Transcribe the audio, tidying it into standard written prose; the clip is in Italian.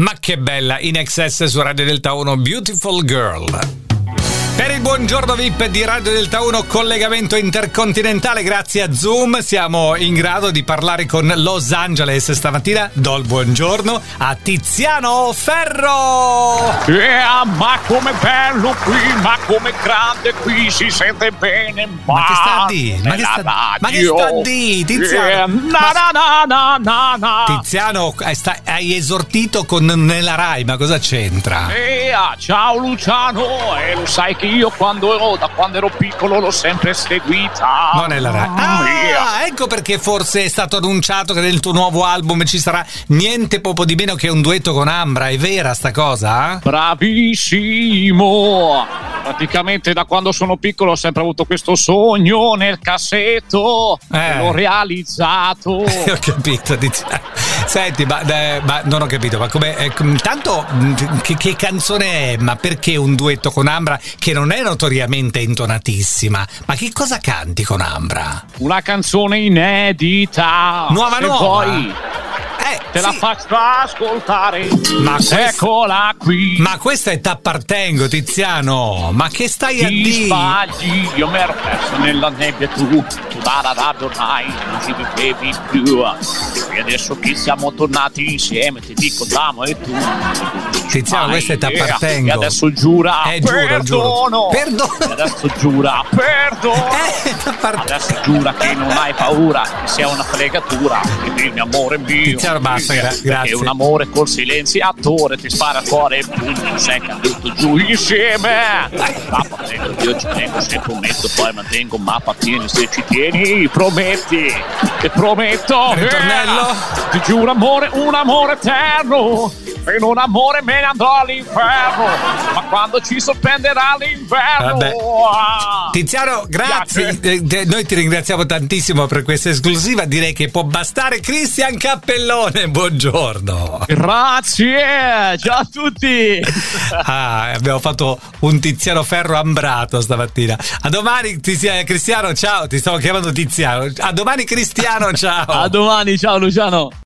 Ma che bella, In Excess su Radio Delta 1, Beautiful Girl. Per il buongiorno VIP di Radio Delta 1, collegamento intercontinentale grazie a Zoom, siamo in grado di parlare con Los Angeles stamattina. Do il buongiorno a Tiziano Ferro. Ma come bello qui, ma come grande qui, si sente bene. Ma che sta a di? Ma che sta a di, Tiziano? Tiziano, hai esortito con nella Rai, ma cosa c'entra? Ciao Luciano, lo sai che io da quando ero piccolo l'ho sempre seguita. Non è la Rai. Ecco perché forse è stato annunciato che nel tuo nuovo album ci sarà niente poco di meno che un duetto con Ambra. È vera sta cosa? Bravissimo. Praticamente da quando sono piccolo ho sempre avuto questo sogno nel cassetto e l'ho realizzato. Ho capito. Senti, ma non ho capito, ma come tanto che canzone è? Ma perché un duetto con Ambra che non è notoriamente intonatissima? Ma che cosa canti con Ambra? Una canzone inedita. Nuova. Poi te la faccio ascoltare. Ma eccola qui. Ma questa è T'appartengo, Tiziano. Ma che stai a dire? Sbagli, io mi ero perso nella nebbia, tu dalla radio ormai non ci vivevi più. E adesso che siamo tornati insieme ti dico t'amo e tu. Tiziano, questa è T'appartengo. E adesso giura perdono. E adesso giura perdono. Adesso giura che non hai paura, che sia una fregatura. Quindi il mio amore mio. Tiziano, basta, grazie. Perché un amore col silenziatore ti spara a cuore e pugno sei caduto giù insieme. Io ci tengo se prometto, poi mantengo, ma appartieni se ci tieni, prometti. Te prometto. Ritornello. Ti giuro amore, un amore eterno. E in un amore me ne andrò all'inferno, ma quando ci sorprenderà l'inverno. Tiziano, grazie. Noi ti ringraziamo tantissimo per questa esclusiva. Direi che può bastare. Cristian Cappellone, buongiorno. Grazie, ciao a tutti. Abbiamo fatto un Tiziano Ferro ambrato stamattina. A domani Cristiano, ciao. Ti stavo chiamando Tiziano. A domani Cristiano, ciao. A domani, ciao Luciano.